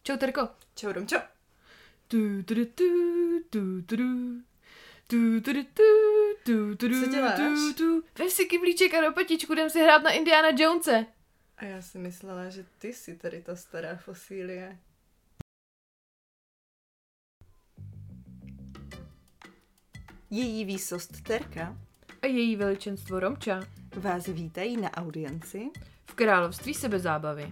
Čau, Terko. Čau, Domčo. Co děláš? Vem si kyblíček a do patičku, jdem si hrát na Indiana Jonese. A já si myslela, že ty jsi tady ta stará fosílie. Její výsost Terka A její veličenstvo Romča vás vítají na audienci v království sebezábavy.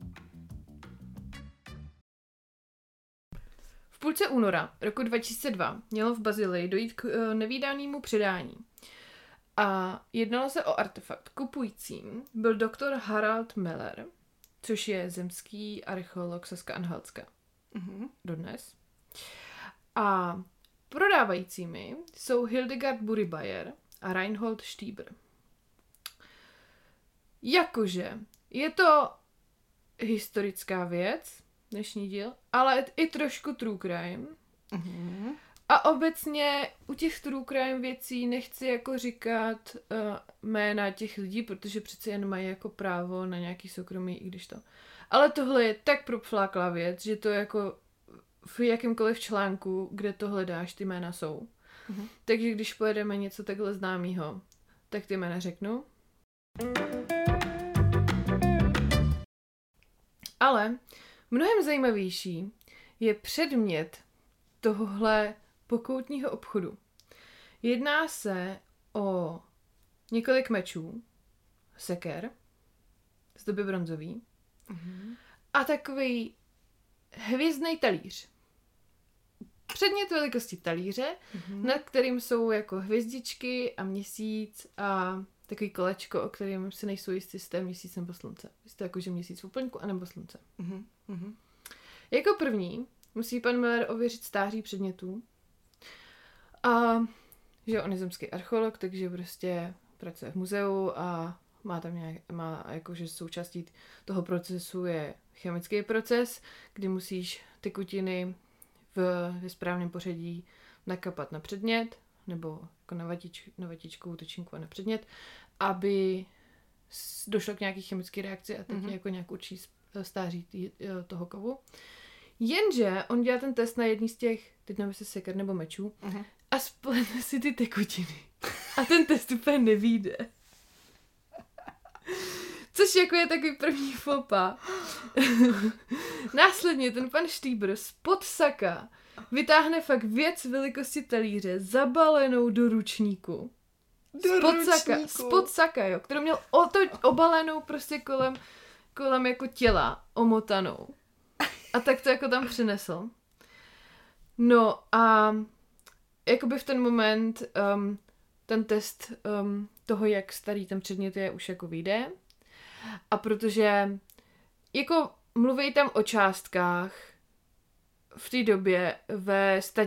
V půlce února roku 2002 mělo v Bazilii dojít k nevídanému předání. A jednalo se o artefakt. Kupujícím byl doktor Harald Meller, což je zemský archeolog Saska-Anhaltska. Dodnes. A prodávajícími jsou Hildegard Bury-Bayer a Reinhold Stieber. Jakože je to historická věc, dnešní díl, ale i trošku true crime. A obecně u těch true crime věcí nechci jako říkat jména těch lidí, protože přece jen mají jako právo na nějaký soukromí, i když to. Ale tohle je tak propfláklá věc, že to jako v jakémkoliv článku, kde to hledáš, ty jména jsou. Takže když pojedeme něco takhle známýho, tak ty jména řeknu. Ale mnohem zajímavější je předmět tohohle pokoutního obchodu. Jedná se o několik mečů, seker, z doby bronzový, a takový hvězdnej talíř. Předmět velikosti talíře, nad kterým jsou jako hvězdičky a měsíc a takový kolečko, o kterém si nejsou jistý, jestli to je měsíc nebo slunce. Jestli to je jakože měsíc v úplňku, anebo slunce. Jako první musí pan Miller ověřit stáří předmětů. A že on je zemský archeolog, takže prostě pracuje v muzeu a má tam jakože součástí toho procesu je chemický proces, kdy musíš tekutiny ve správném pořadí nakapat na předmět, nebo jako na vatičkovou tyčinku a na předmět, aby došlo k nějaký chemické reakci a teď jako nějak určí stáří toho kovu. Jenže on dělá ten test na jedný z těch, teď nevím, jestli seker nebo mečů, a splete si ty tekutiny. A ten test úplně nevyjde. Což jako je takový první fopa. Následně ten pan Stieber spod saka vytáhne fakt věc velikosti talíře zabalenou do ručníku. Spod saka, jo, kterou měl obalenou prostě kolem jako těla, omotanou. A tak to jako tam přinesl. No a jakoby v ten moment ten test toho, jak starý ten předmět je, už jako vyjde. A protože jako mluví tam o částkách v té době ve 100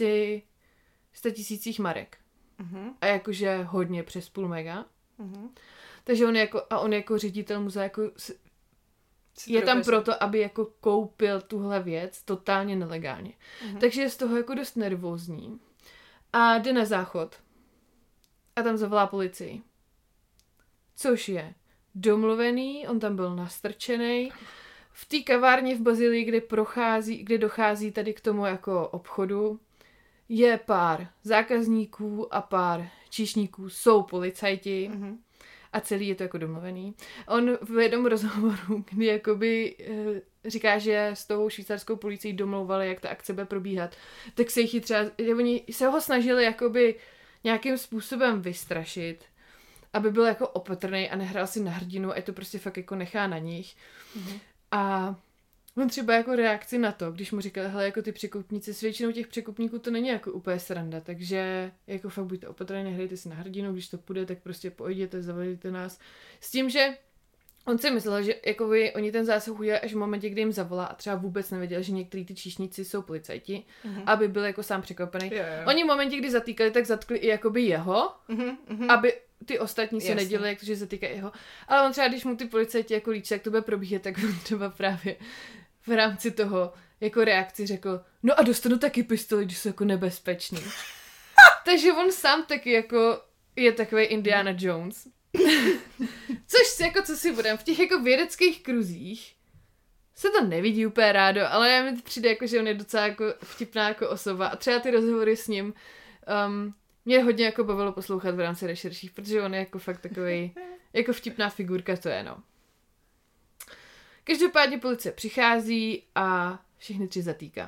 000 marek. A jakože hodně přes půl mega. Takže on jako ředitel muzea jako je tam proto, aby jako koupil tuhle věc totálně nelegálně. Takže je z toho jako dost nervózní. A jde na záchod. A tam zavolá policii. Což je domluvený, on tam byl nastrčený. V té kavárně v Bazilii, kde dochází tady k tomu jako obchodu, je pár zákazníků a pár číšníků, jsou policajti a celý je to jako domluvený. On v jednom rozhovoru, kdy jakoby říká, že s tou švýcarskou policií domlouvali, jak ta akce bude probíhat, tak se jich třeba, oni se ho snažili jakoby nějakým způsobem vystrašit, aby byl jako opatrný a nehrál si na hrdinu a je to prostě fakt jako nechá na nich. A on třeba jako reakci na to, když mu říkal, hele, jako ty překupníci, s většinou těch překupníků to není jako úplně sranda, takže jako fakt buďte opatrný, nehrajte si na hrdinu, když to půjde, tak prostě pojďte, zavolejte nás. S tím, že on si myslel, že jako oni ten zásah udělali až v momentě, kdy jim zavolá a třeba vůbec nevěděl, že některý ty číšníci jsou policajti, aby byl jako sám překvapený. Oni v momentě, kdy zatýkali, tak zatkli i jakoby jeho, aby ty ostatní se nedělali, jak to, že zatýkají jeho. Ale on třeba, když mu ty policajti jako líčí, jak to bude probíhat, tak on třeba právě v rámci toho jako reakci řekl, no a dostanu taky pistoli, když jsou jako nebezpečný. Takže on sám taky jako je takový Indiana Jones. Což jako, co si budem, v těch jako vědeckých kruzích se to nevidí úplně rádo, ale mi to přijde jako, že on je docela jako vtipná jako osoba a třeba ty rozhovory s ním mě hodně jako bavilo poslouchat v rámci rešerší, protože on je jako fakt takový jako vtipná figurka, to je no. Každopádně policie přichází a všechny 3 zatýká.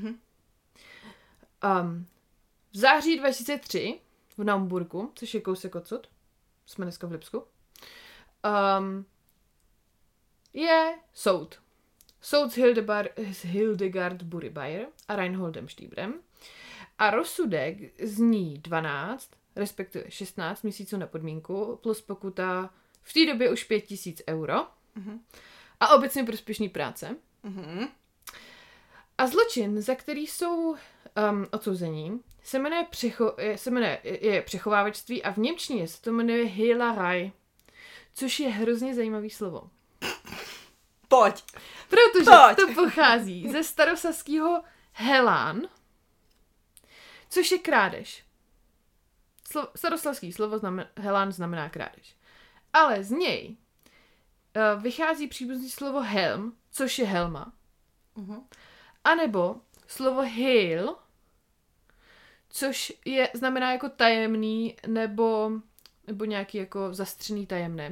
V září 2003 v Naumburgu, což je kousek odsud, jsme dneska v Lipsku, je soud. Soud s Hildegard Buribayer a Reinholdem Stiebrem. A rozsudek zní 12, respektive 16 měsíců na podmínku, plus pokuta v té době už 5 000 euro. A obecně prospěšný práce. A zločin, za který jsou odsouzení, se jmenuje přechovávačství a v němčině se to jmenuje Hehlerei, což je hrozně zajímavý slovo. Pojď! Protože to pochází ze starosaského Helan, což je krádež. Staroslavský slovo Helan znamená krádež. Ale z něj vychází příbuzný slovo helm, což je helma. A nebo slovo heil, což znamená jako tajemný nebo nějaký jako zastřený tajemnem.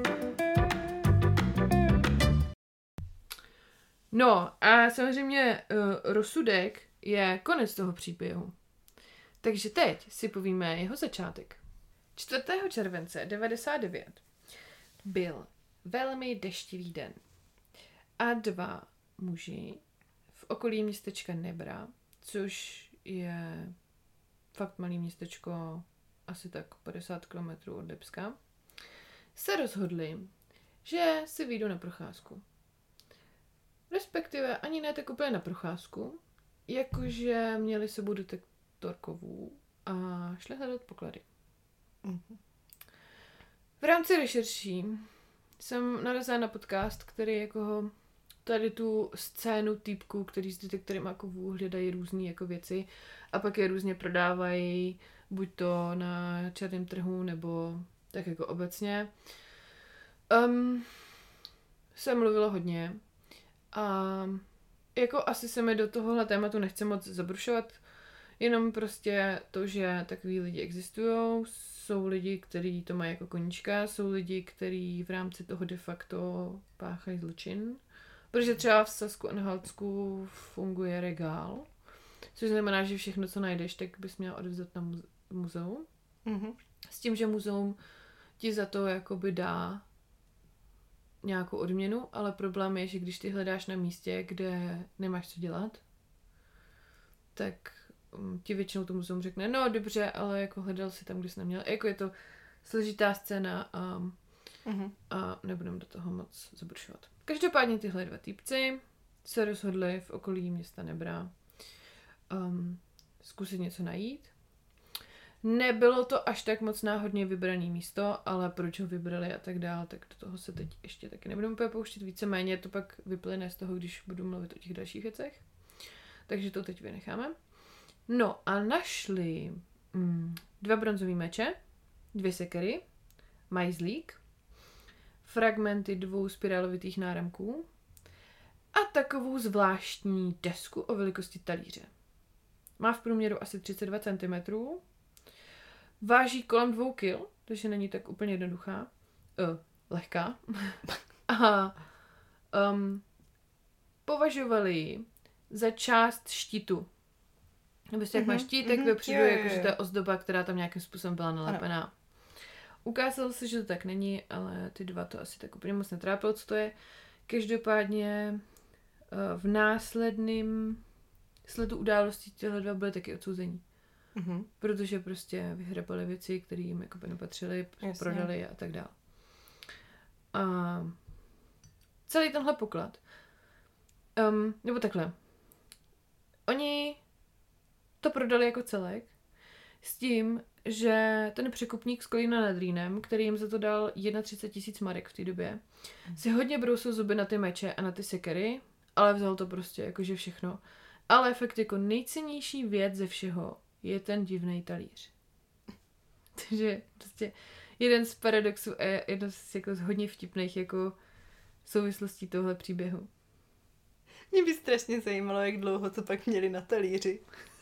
No a samozřejmě rozsudek je konec toho příběhu. Takže teď si povíme jeho začátek. 4. července 1999 byl velmi deštivý den a 2 muži v okolí městečka Nebra, což je fakt malý městečko, asi tak 50 km od Lipska, se rozhodli, že si vyjdou na procházku. Respektive ani ne tak úplně na procházku, jakože měli sebou detektor kovů a šli hledat poklady. V rámci rešerší jsem narazila na podcast, který jako tady tu scénu týpků, který s detektorem kovů hledají různý jako věci a pak je různě prodávají, buď to na černém trhu, nebo tak jako obecně. Se mluvilo hodně a jako asi se mi do tohohle tématu nechce moc zabrušovat, jenom prostě to, že takový lidi existují, jsou lidi, kteří to mají jako koníčka, jsou lidi, kteří v rámci toho de facto páchají zločin, protože třeba v Sasku-Anhaltsku funguje regál, což znamená, že všechno, co najdeš, tak bys měl odevzat na muzeum. S tím, že muzeum ti za to jakoby dá nějakou odměnu, ale problém je, že když ty hledáš na místě, kde nemáš co dělat, tak ti většinou to muzeum řekne, no dobře, ale jako hledal si tam, kde jsi neměl. Jako je to složitá scéna a nebudem do toho moc zabrušovat. Každopádně tyhle 2 týpci se rozhodli v okolí města Nebra zkusit něco najít. Nebylo to až tak moc náhodně vybrané místo, ale proč ho vybrali a tak dál, tak do toho se teď ještě taky nebudeme úplně pouštět. Víceméně to pak vyplyne z toho, když budu mluvit o těch dalších věcech. Takže to teď vynecháme. No a našli 2 bronzové meče, 2 sekery, majzlík, fragmenty 2 spirálovitých náramků a takovou zvláštní desku o velikosti talíře. Má v průměru asi 32 cm, váží kolem 2 kg, takže není tak úplně jednoduchá, lehká. A považovali ji za část štítu. Nebo jak máš štítek vepředu, jakože to je ozdoba, která tam nějakým způsobem byla nalepená. Ukázalo se, že to tak není, ale ty 2 to asi tak úplně moc netrápilo, co to je. Každopádně v následným sledu událostí těhle 2 byly taky odsouzení. Protože prostě vyhrabali věci, které jim jako nepatřily, prodali a tak dále. A celý tenhle poklad, nebo takhle, oni to prodali jako celek s tím, že ten překupník z Kolína nad Rýnem, který jim za to dal 31 000 marek v té době, si hodně brousil zuby na ty meče a na ty sekery, ale vzal to prostě jakože všechno. Ale fakt jako nejcennější věc ze všeho je ten divný talíř. Takže prostě jeden z paradoxů a jedno z, jako z hodně vtipných jako souvislostí tohle příběhu. Mě by strašně zajímalo, jak dlouho to pak měli na talíři.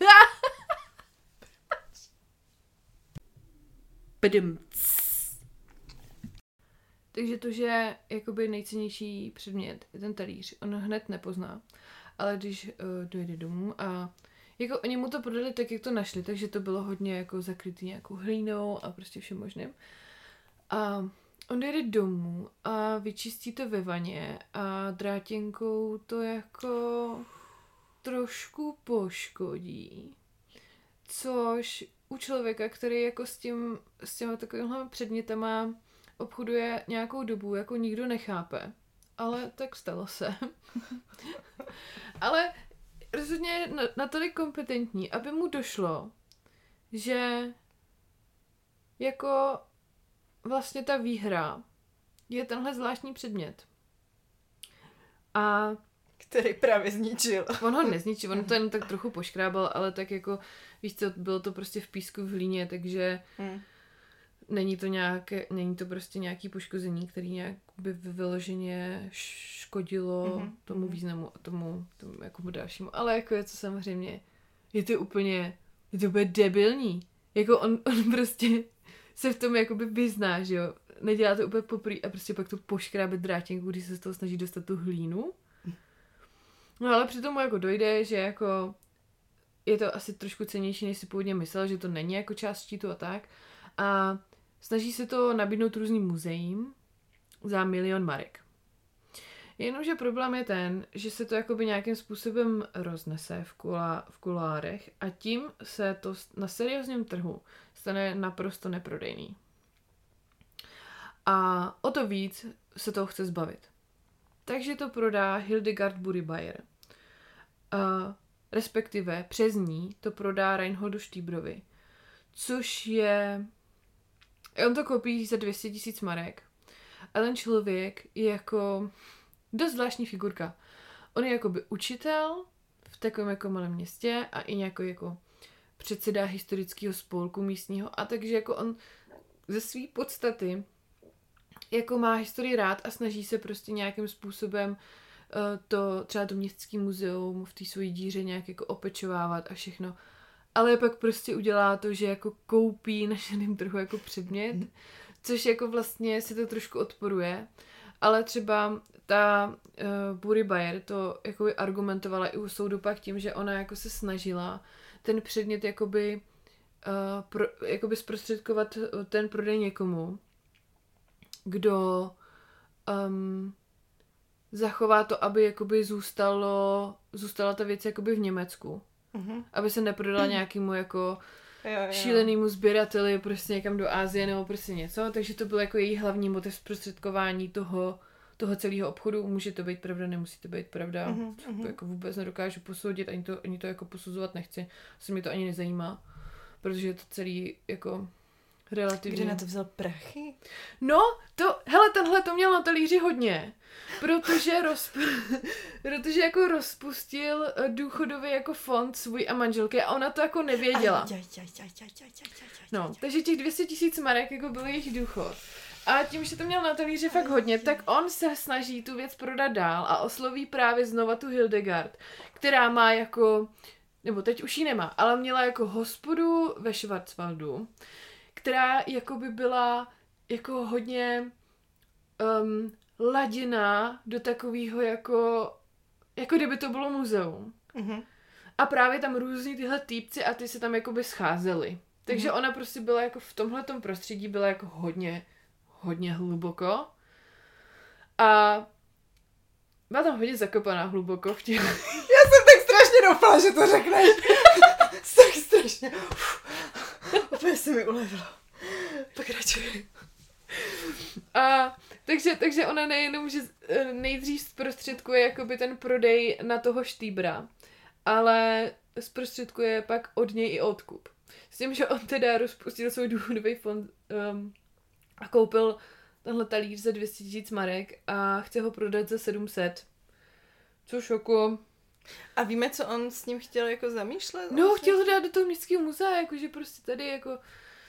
Takže to, že jakoby nejcennější předmět je ten talíř, on hned nepozná, ale když dojde domů a jako oni mu to prodali tak, jak to našli, takže to bylo hodně jako zakrytý nějakou hlínou a prostě všem možným. A on dojde domů a vyčistí to ve vaně a drátěnkou to jako trošku poškodí. Což u člověka, který jako s těma takovýmhle předmětama obchoduje nějakou dobu, jako nikdo nechápe. Ale tak stalo se. Ale rozhodně je natolik kompetentní, aby mu došlo, že jako vlastně ta výhra je tenhle zvláštní předmět. A který právě zničil. On ho nezničil, on to jen tak trochu poškrábal, ale tak jako, víš co, bylo to prostě v písku v hlíně, takže není to prostě nějaký poškození, který nějak by vyloženě škodilo tomu významu a tomu jako dalšímu. Ale jako je to samozřejmě, je to úplně debilní. Jako on prostě se v tom jakoby vyzná, že jo. Nedělá to úplně poprvé a prostě pak to poškrábe drátěnku, když se z toho snaží dostat tu hlínu. No ale přitom mu jako dojde, že jako je to asi trošku cennější, než si původně myslel, že to není jako část štítu a tak. A snaží se to nabídnout různým muzeím za 1 000 000 marek. Jenomže problém je ten, že se to jakoby nějakým způsobem roznese v kulárech a tím se to na seriózním trhu stane naprosto neprodejný. A o to víc se toho chce zbavit. Takže to prodá Hildegard Bury-Bayer. Respektive přes ní to prodá Reinholdu Štýbrovi. Což je... On to koupí za 200 000 marek. A ten člověk je jako dost zvláštní figurka. On je jakoby učitel v takovém jako malém městě a i nějaký jako předseda historického spolku místního. A takže jako on ze své podstaty jako má historii rád a snaží se prostě nějakým způsobem to třeba to městský muzeum v té svojí díře nějak jako opečovávat a všechno. Ale pak prostě udělá to, že jako koupí na šedém trhu jako předmět, což jako vlastně si to trošku odporuje. Ale třeba ta Bury-Bayer to jako argumentovala i u soudu pak tím, že ona jako se snažila ten předmět jakoby zprostředkovat ten prodej někomu, kdo zachová to, aby jakoby zůstala ta věc jakoby v Německu. Aby se neprodala nějakému jako šílenému sběrateli prostě někam do Asie nebo prostě něco. Takže to byl jako její hlavní motiv zprostředkování toho celého obchodu. Může to být pravda, nemusí to být pravda. To jako vůbec nedokážu posoudit, ani to jako posuzovat nechci. Se mi to ani nezajímá. Protože je to celý jako relativně... Kde na to vzal prachy? No, tenhle to měl na talíři hodně. Protože jako rozpustil důchodový jako fond svůj a manželky a ona to jako nevěděla. No, takže těch 200 000 marek jako byl jejich důchod. A tím, že to měl na talíři fakt hodně, tak on se snaží tu věc prodat dál a osloví právě znova tu Hildegard, která má jako, nebo teď už ji nemá, ale měla jako hospodu ve Schwarzwaldu, která jako by byla jako hodně laděná do takového jako kdyby to bylo muzeum. A právě tam různí tyhle týpci a ty se tam jakoby scházeli. Takže ona prostě byla jako v tomhletom prostředí byla jako hodně hluboko. A byla tam hodně zakopaná hluboko v těch... Já jsem tak strašně doufala, že to řekneš. Tak strašně. Úplně se mi ulevilo. Pokračuj. A takže ona nejenom, že nejdřív zprostředkuje jakoby ten prodej na toho Štýbra, ale zprostředkuje pak od něj i odkup. S tím, že on teda rozpustil svůj důchodový fond a koupil tenhle talíř za 200 000 marek a chce ho prodat za 700. Což jako... A víme, co on s ním chtěl jako zamýšlet? No, chtěl ho dát do toho městského muzea, jakože prostě tady jako...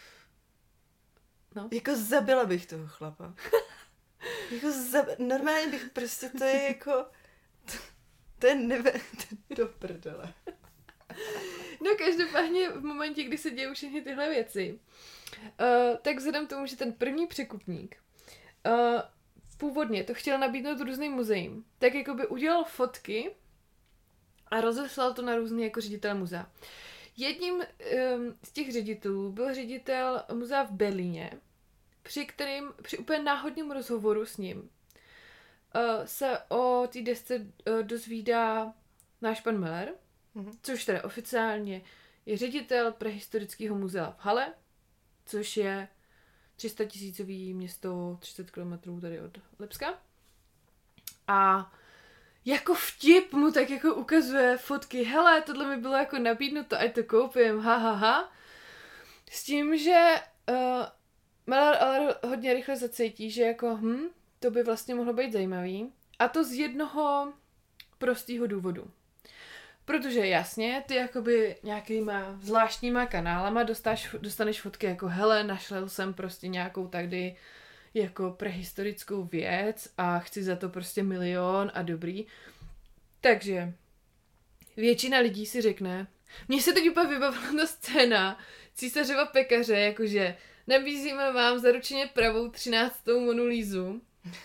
No. Jako zabila bych toho chlapa. Normálně bych prostě, to je jako... To je do prdele. No každopádně v momentě, kdy se dějí všechny tyhle věci, tak vzhledem k tomu, že ten první překupník původně to chtěl nabídnout různým muzeím, tak jakoby udělal fotky a rozeslal to na různý jako ředitel muzea. Jedním z těch ředitelů byl ředitel muzea v Berlíně, při úplně náhodném rozhovoru s ním se o té desce dozvídá náš pan Müller, což teda oficiálně je ředitel Prehistorického muzea v Halle, což je 300 000 město 30 km tady od Lipska. A jako vtip mu tak jako ukazuje fotky, hele, tohle mi bylo jako nabídnuto, ať to koupím, ha. S tím, že Müller ale hodně rychle zacítí, že jako to by vlastně mohlo být zajímavý. A to z jednoho prostého důvodu. Protože jasně, ty jakoby nějakýma zvláštníma kanálama dostaneš fotky jako hele, našel jsem prostě nějakou tady jako prehistorickou věc a chci za to prostě 1 000 000 a dobrý. Takže většina lidí si řekne, mně se teď úplně vybavila ta scéna Císařova pekaře, jakože nabízíme vám zaručeně pravou 13. Monu Lízu.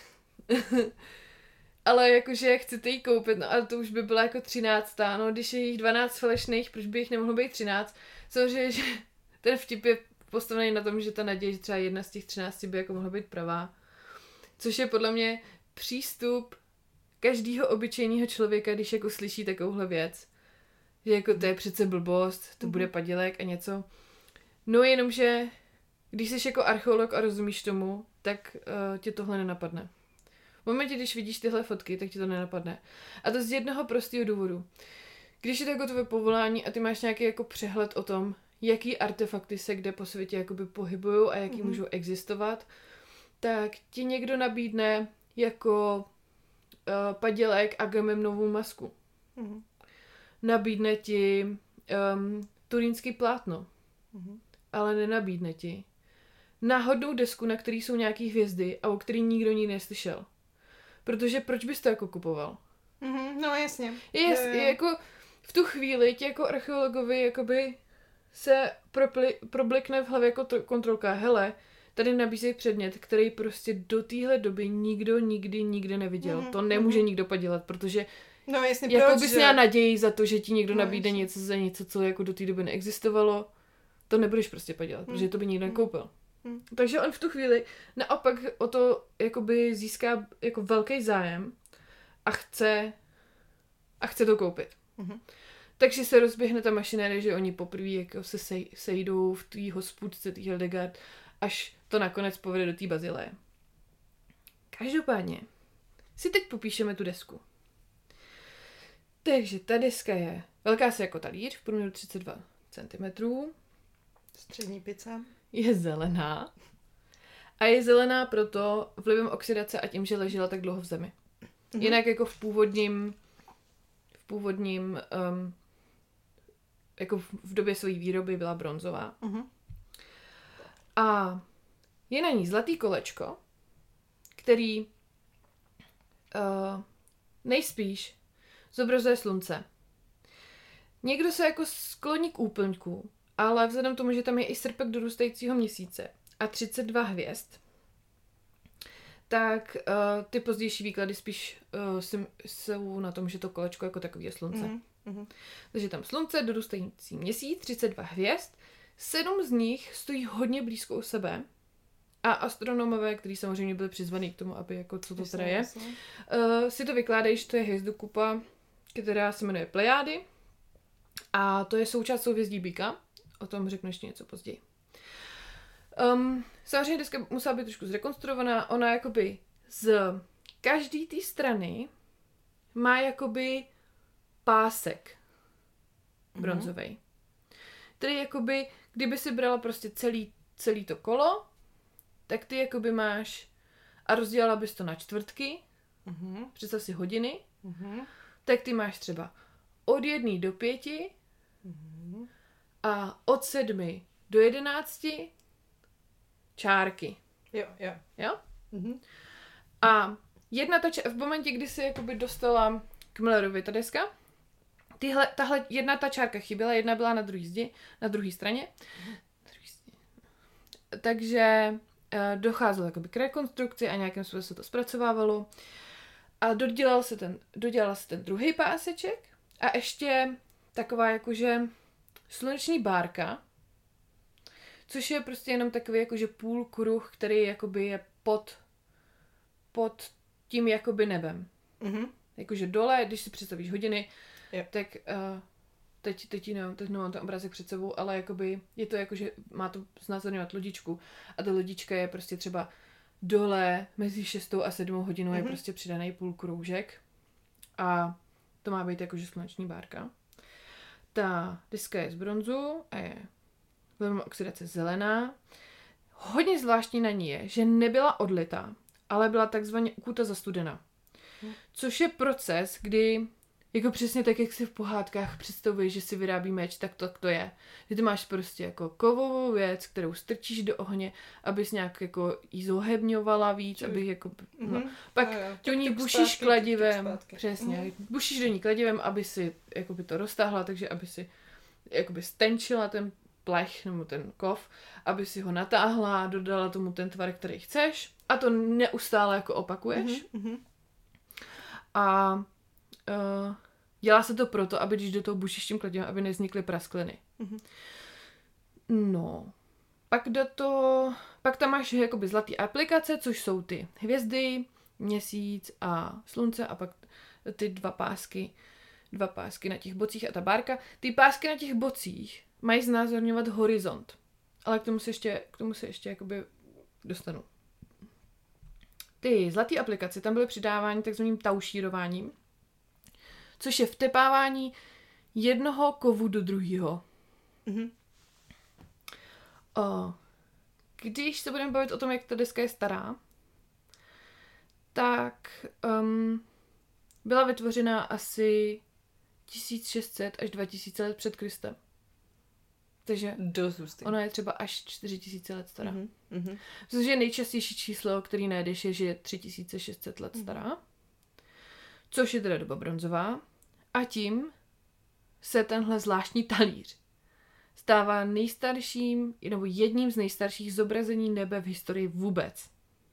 Ale jakože chcete jí koupit, no ale to už by byla jako 13. No když je jich 12 falešných, proč by jich nemohlo být 13? Samozřejmě, že ten vtip je postavený na tom, že ta naděje, že třeba jedna z těch 13 by jako mohla být pravá. Což je podle mě přístup každého obyčejného člověka, když jako slyší takovouhle věc. Že jako to je přece blbost, to bude padělek a něco. No jenomže, když jsi jako archeolog a rozumíš tomu, tak tě tohle nenapadne. V momentě, když vidíš tyhle fotky, tak ti to nenapadne. A to z jednoho prostého důvodu. Když je to jako tvoje povolání a ty máš nějaký jako přehled o tom, jaký artefakty se kde po světě jakoby pohybujou a jaký můžou existovat, tak ti někdo nabídne jako padělek Agamemnovu masku. Nabídne ti turínský plátno. Ale nenabídne ti náhodnou desku, na který jsou nějaký hvězdy a o který nikdo nikdy neslyšel. Protože proč bys to jako kupoval? No jasně. Je jako v tu chvíli ti jako archeologovi jakoby se problikne v hlavě jako kontrolka. Hele, tady nabízejí předmět, který prostě do téhle doby nikdo nikdy neviděl. To nemůže nikdo padělat, protože no jasně, jako bys měla naději za to, že ti někdo nabídne něco za něco, co jako do té doby neexistovalo. To nebudeš prostě padělat, protože to by nikdo nekoupil. Takže on v tu chvíli naopak o to jakoby získá jako velký zájem a chce to koupit. Takže se rozběhne ta mašinérie, že oni poprvé jako se sejdou v té hospůdce, té Hildegard, až to nakonec povede do té Bazileje. Každopádně si teď popíšeme tu desku. Takže ta deska je velká se jako talíř, v průměru 32 cm. Střední pizza. Je zelená. A je zelená proto vlivem oxidace a tím, že ležela tak dlouho v zemi. Jinak jako v původním jako v době své výroby byla bronzová. A je na ní zlatý kolečko, který nejspíš zobrazuje slunce. Někdo se jako skloní k úplňku, ale vzhledem k tomu, že tam je i srpek dorůstajícího měsíce a 32 hvězd, tak ty pozdější výklady spíš jsou na tom, že to kolečko jako takový je slunce. Takže tam slunce, dorůstající měsíc, 32 hvězd, 7 z nich stojí hodně blízko u sebe a astronomové, kteří samozřejmě byli přizvaní k tomu, aby jako co to teda je, si to vykládají, že to je hvězdokupa, která se jmenuje Plejády a to je součást souhvězdí Býka. O tom řeknu ještě něco později. Samozřejmě deska musela být trošku zrekonstruovaná. Ona jakoby z každý té strany má jakoby pásek bronzovej. Tedy jakoby, kdyby si brala prostě celý to kolo, tak ty jakoby máš a rozdělala bys to na čtvrtky, představ si hodiny, tak ty máš třeba od 1 do 5 a od 7 do 11 čárky. Jo? A jedna ta v momentě, kdy jsi jakoby dostala k Millerovi ta deska. Tahle jedna ta čárka chyběla, jedna byla na druhé zdi, na druhé straně. Takže docházelo jakoby k rekonstrukci a nějakým způsobem se to zpracovávalo. A dodělal se ten druhý páseček a ještě taková jakože sluneční bárka, což je prostě jenom takový jakože půl kruh, který jakoby je pod tím jakoby nebem. Mm-hmm. Jakože dole, když si představíš hodiny, tak teď nemám ten obrázek před sebou, ale jakoby je to jakože má to znázorňovat lodičku a ta lodička je prostě třeba dole mezi 6 a 7 hodinou je prostě přidaný půl kroužek a to má být jakože sluneční bárka. Ta deska je z bronzu a je velmi oxidace zelená. Hodně zvláštní na ní je, že nebyla odlitá, ale byla takzvaně ukuta zastudená. Což je proces, kdy jako přesně tak, jak si v pohádkách představuješ, že si vyrábí meč, tak to je. Že ty máš prostě jako kovovou věc, kterou strčíš do ohně, abys nějak jako jí zohebňovala víc, aby jako, no. Pak do ní bušíš kladivem, přesně, bušíš do ní kladivem, aby si jakoby to roztáhla, takže aby si jakoby stenčila ten plech nebo ten kov, aby si ho natáhla, dodala tomu ten tvar, který chceš a to neustále jako opakuješ. A dělá se to proto, aby když do toho bušíš tím kladivem, aby nevznikly praskliny. No. Pak tam máš jakoby zlatý aplikace, což jsou ty hvězdy, měsíc a slunce a pak ty dva pásky na těch bocích a ta bárka. Ty pásky na těch bocích mají znázorňovat horizont. Ale k tomu se ještě jakoby dostanu. Ty zlatý aplikace tam byly přidávány takzvaným taušírováním, což je vtepávání jednoho kovu do druhého. Když se budeme bavit o tom, jak ta deska je stará, tak byla vytvořena asi 1600 až 2000 let před Kristem. Takže ona je třeba až 4000 let stará. Což je nejčastější číslo, který najdeš, je, že je 3600 let stará. Což je teda doba bronzová. A tím se tenhle zvláštní talíř stává nejstarším, nebo jedním z nejstarších zobrazení nebe v historii vůbec.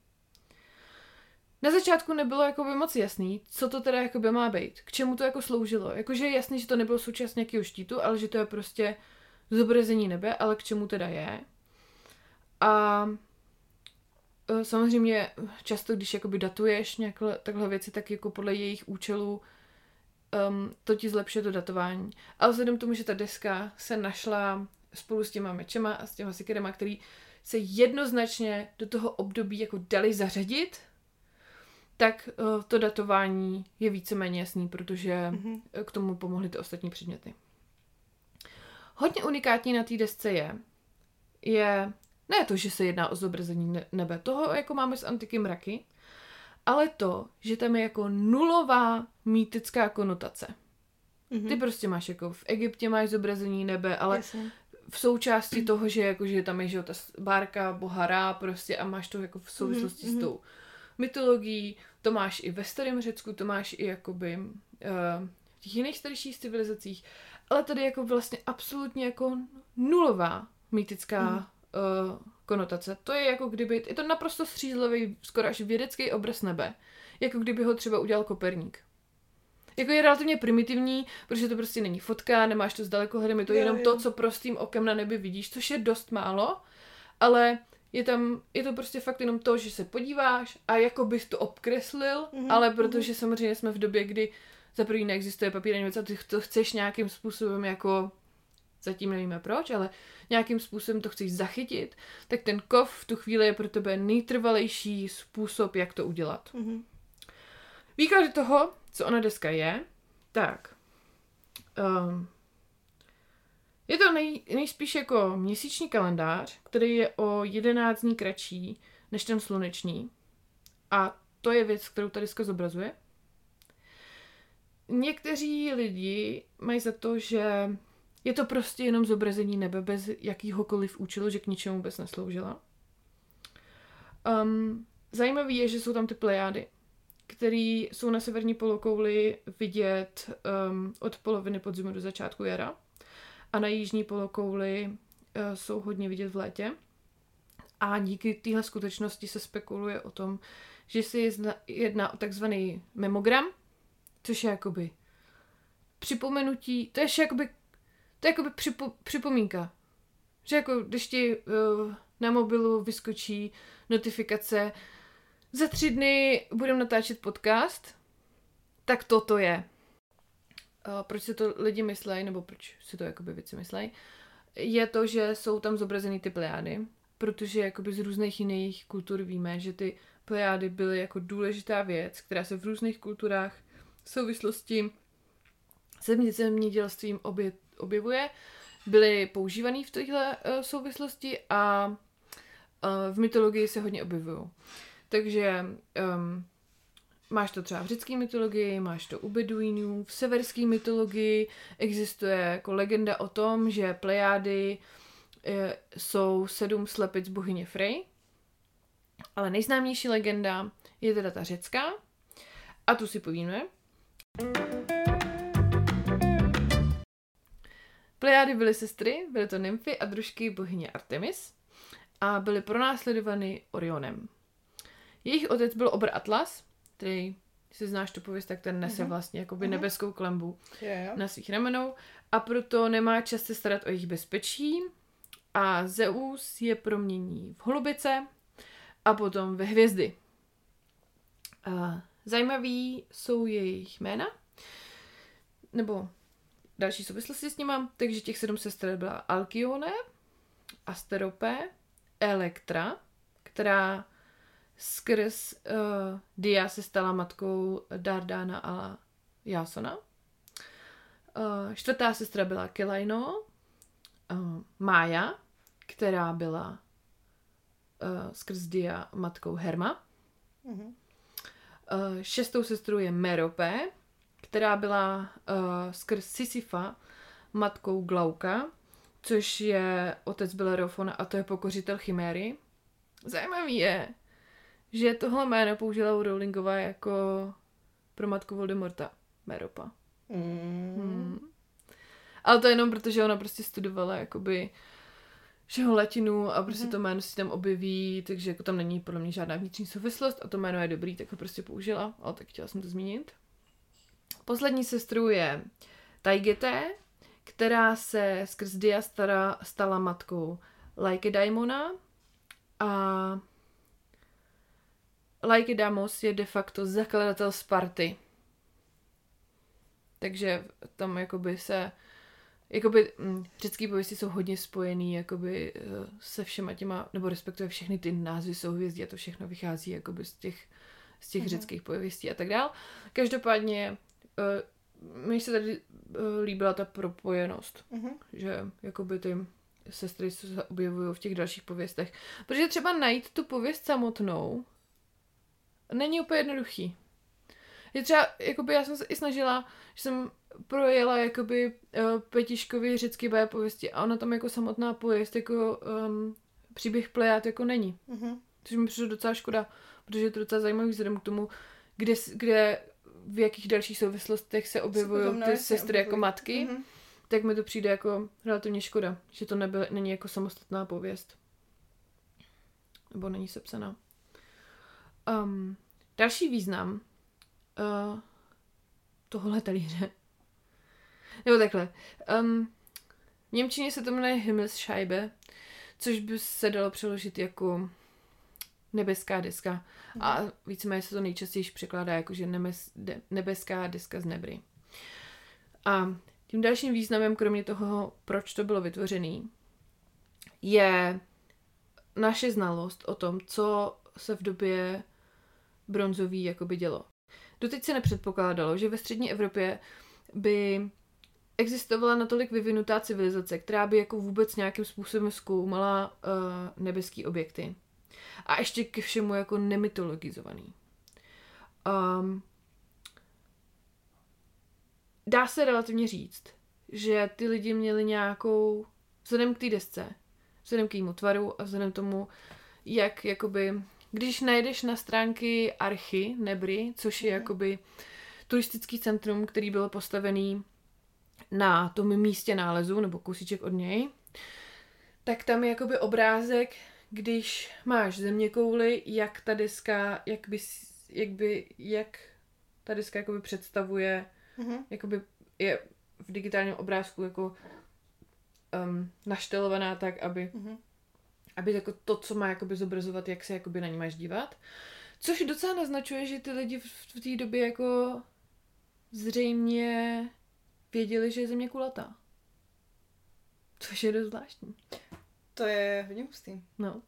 Na začátku nebylo jakoby moc jasný, co to teda jakoby má být, k čemu to jako sloužilo. Jakože je jasný, že to nebylo součást nějakého štítu, ale že to je prostě zobrazení nebe, ale k čemu teda je. A samozřejmě často, když jakoby datuješ nějaké takhle věci, tak jako podle jejich účelů to ti zlepšuje to datování. Ale vzhledem k tomu, že ta deska se našla spolu s těma mečema a s těma sekerama, který se jednoznačně do toho období jako dali zařadit, tak to datování je víceméně jasný, protože k tomu pomohly ty ostatní předměty. Hodně unikátní na té desce je ne to, že se jedná o zobrazení nebe, toho jako máme z antiky mraky, ale to, že tam je jako nulová mýtická konotace. Ty prostě máš jako v Egyptě máš zobrazení nebe, ale v součásti toho, že jako, že tam je že ta bárka boha Ra prostě a máš to jako v souvislosti s tou mytologií, to máš i ve starém Řecku, to máš i jakoby v těch jiných starších civilizacích, ale tady jako vlastně absolutně jako nulová mýtická konotace. To je jako kdyby, je to naprosto střízlivý, skoro až vědecký obraz nebe. Jako kdyby ho třeba udělal Koperník. Jako je relativně primitivní, protože to prostě není fotka, nemáš to s dalekohledem, je to jenom to, co prostým okem na nebi vidíš, což je dost málo, ale je to prostě fakt jenom to, že se podíváš a jako bys to obkreslil, ale protože samozřejmě jsme v době, kdy za první neexistuje papír ani věc a ty to chceš nějakým způsobem jako, zatím nevíme proč, ale nějakým způsobem to chceš zachytit, tak ten kov v tu chvíli je pro tebe nejtrvalejší způsob, jak to udělat. Výklad toho, co ona deska je, tak je to nejspíš jako měsíční kalendář, který je o 11 dní kratší než ten sluneční. A to je věc, kterou ta deska zobrazuje. Někteří lidi mají za to, že je to prostě jenom zobrazení nebe bez jakýhokoliv účelu, že k ničemu vůbec nesloužila. Zajímavý je, že jsou tam ty plejády, který jsou na severní polokouli vidět od poloviny podzimu do začátku jara. A na jižní polokouli jsou hodně vidět v létě. A díky téhle skutečnosti se spekuluje o tom, že se jedná o takzvaný memogram, což je jakoby připomenutí, to je jakoby připomínka. Že jako když ti na mobilu vyskočí notifikace, za 3 dny budeme natáčet podcast, tak toto je. Proč si to lidi myslejí, nebo proč si to jakoby věci myslejí, je to, že jsou tam zobrazeny ty plejády, protože jakoby z různých jiných kultur víme, že ty plejády byly jako důležitá věc, která se v různých kulturách v souvislosti se zemědělstvím objevuje, byly používaný v této souvislosti a v mytologii se hodně objevují. Takže máš to třeba v řecké mytologii, máš to u Beduínů, v severské mytologii existuje jako legenda o tom, že plejády jsou 7 slepic bohyně Frey, ale nejznámější legenda je teda ta řecká a tu si povíme. Plejády byly sestry, byly to nymfy a družky bohyně Artemis a byly pronásledovány Orionem. Jejich otec byl obr Atlas, který, si znáš tu pověst, tak ten nese vlastně jakoby nebeskou klembu na svých ramenou a proto nemá čas se starat o jejich bezpečí a Zeus je promění v holubice a potom ve hvězdy. Zajímavý jsou jejich jména, nebo další souvislosti s nima, takže těch 7 sester byla Alkyone, Asterope, Elektra, která skrz Dia se stala matkou Dardana a Jasona. 4. sestra byla Kelaino, Mája, která byla skrz Dia matkou Herma. 6. sestrou je Merope, která byla skrz Sisyfa matkou Glauka, což je otec Bellerofona a to je pokořitel Chiméry. Zajímavý je, že tohle jméno použila Rowlingová jako pro matku Voldemorta. Meropa. Ale to jenom proto, že ona prostě studovala jakoby všeho latinu a prostě to jméno si tam objeví, takže jako tam není podle mě žádná vnitřní souvislost a to jméno je dobrý, tak ho prostě použila, ale tak chtěla jsem to zmínit. Poslední sestrou je Taigete, která se skrz Dia stala matkou Laikedaimona a Laikedaimos je de facto zakladatel Sparty. Takže tam řecký pověsti jsou hodně spojený jakoby se všema těma, nebo respektive všechny ty názvy souhvězdí a to všechno vychází jakoby z těch řeckých pověstí a tak dál. Každopádně mi se tady líbila ta propojenost, že jakoby ty sestry se objevují v těch dalších pověstech. Protože třeba najít tu pověst samotnou není úplně jednoduchý. Je třeba, jakoby já jsem se i snažila, že jsem projela jakoby Petiškovy řecký pověsti a ona tam jako samotná pověst jako příběh Plejád jako není. Což mi přišlo docela škoda, protože je to docela zajímavý vzhledem k tomu, kde v jakých dalších souvislostech se objevují ty sestry jako matky, tak mi to přijde jako relativně škoda, že to není jako samostatná pověst. Nebo není sepsaná. Další význam tohle talíře. Nebo takhle. V němčině se to jmenuje Himmelsscheibe, což by se dalo přeložit jako nebeská deska. A víceméně se to nejčastěji překládá jako, že nebeská deska z nebry. A tím dalším významem, kromě toho, proč to bylo vytvořené, je naše znalost o tom, co se v době bronzový jakoby dělo. Doteď se nepředpokládalo, že ve střední Evropě by existovala natolik vyvinutá civilizace, která by jako vůbec nějakým způsobem zkoumala nebeský objekty. A ještě ke všemu jako nemytologizovaný. Dá se relativně říct, že ty lidi měli nějakou, vzhledem k té desce, vzhledem k jejímu tvaru a vzhledem tomu, jak jakoby když najdeš na stránky Archy Nebry, což je jakoby turistický centrum, který byl postavený na tom místě nálezu, nebo kousíček od něj, tak tam je jakoby obrázek, když máš zeměkouli, jak ta deska, jak ta deska jakoby představuje, jakoby je v digitálním obrázku jako naštelovaná tak, aby jako to, co má jakoby zobrazovat, jak se jakoby na ní máš dívat. Což docela naznačuje, že ty lidi v té době jako zřejmě věděli, že je země kulatá. Což je dost zvláštní. To je hodně hustý. No.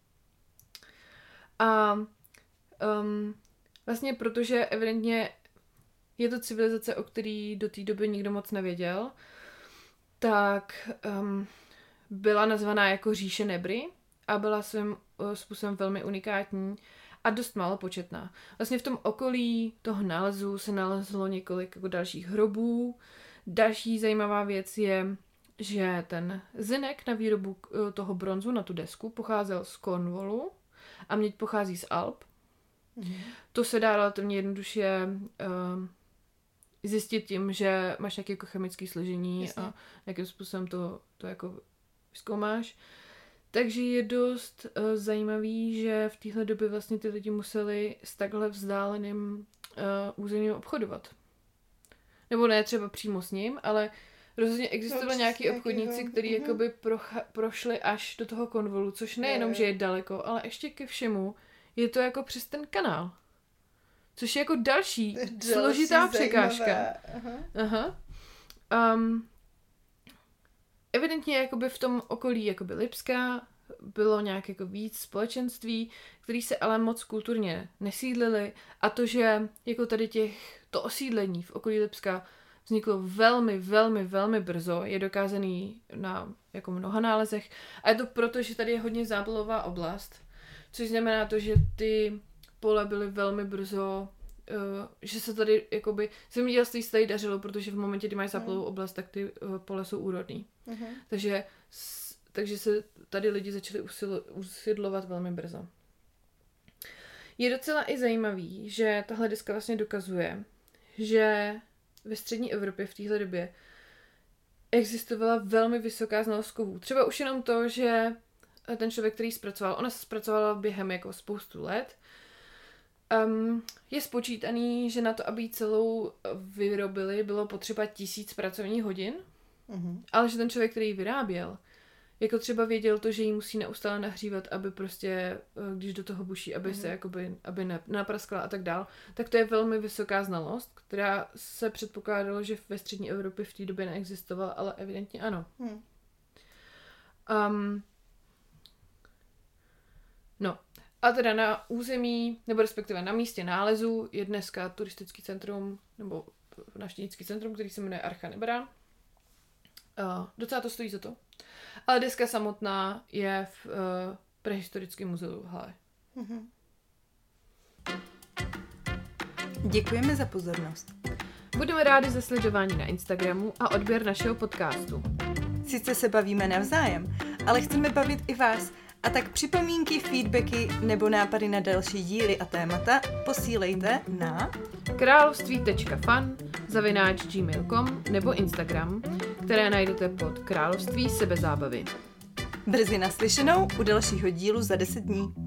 A vlastně protože evidentně je to civilizace, o který do té doby nikdo moc nevěděl, tak byla nazvaná jako říše Nebry a byla svým způsobem velmi unikátní a dost málo početná. Vlastně v tom okolí toho nálezu se nalezlo několik jako dalších hrobů. Další zajímavá věc je, že ten zinek na výrobu toho bronzu na tu desku pocházel z Cornwallu a měď pochází z Alp. To se dá relativně jednoduše zjistit tím, že máš nějaké jako chemické složení. Jasně. A nějakým způsobem to jako zkoumáš. Takže je dost zajímavý, že v téhle době vlastně ty lidi museli s takhle vzdáleným územím obchodovat. Nebo ne třeba přímo s ním, ale rozhodně existovali nějaký obchodníci, kteří jakoby prošli až do toho Cornwallu, což nejenom, že je daleko, ale ještě ke všemu je to jako přes ten kanál. Což je jako další složitá překážka. Aha. Evidentně jakoby v tom okolí jakoby Lipska bylo nějak jako víc společenství, který se ale moc kulturně nesídlili a to, že jako tady to osídlení v okolí Lipska vzniklo velmi, velmi, velmi brzo, je dokázaný na jako mnoha nálezech a je to proto, že tady je hodně záplavová oblast, což znamená to, že ty pole byly velmi brzo, že se tady jakoby zemědělství se tady dařilo, protože v momentě, kdy máš záplavovou oblast, tak ty pole jsou úrodný. Takže se tady lidi začali usidlovat velmi brzo. Je docela i zajímavý, že tahle deska vlastně dokazuje, že ve střední Evropě v téhle době existovala velmi vysoká znalost kovů. Třeba už jenom to, že ten člověk, který zpracoval, ona se zpracovala během jako spoustu let, je spočítaný, že na to, aby ji celou vyrobili, bylo potřeba 1000 pracovních hodin, ale že ten člověk, který ji vyráběl, jako třeba věděl to, že ji musí neustále nahřívat, aby prostě, když do toho buší, aby se jakoby, aby nenapraskla a tak dál, tak to je velmi vysoká znalost, která se předpokládalo, že ve střední Evropě v té době neexistovala, ale evidentně ano. No, a teda na území, nebo respektive na místě nálezu je dneska turistický centrum, nebo návštěvnický centrum, který se jmenuje Archa Nebra. Docela to stojí za to. Ale deska samotná je v prehistorickém muzeu v Halle. Děkujeme za pozornost. Budeme rádi za sledování na Instagramu a odběr našeho podcastu. Sice se bavíme navzájem, ale chceme bavit i vás. A tak připomínky, feedbacky nebo nápady na další díly a témata posílejte na království.fan@gmail.com nebo Instagram, které najdete pod Království sebezábavy. Brzy naslyšenou u dalšího dílu za 10 dní.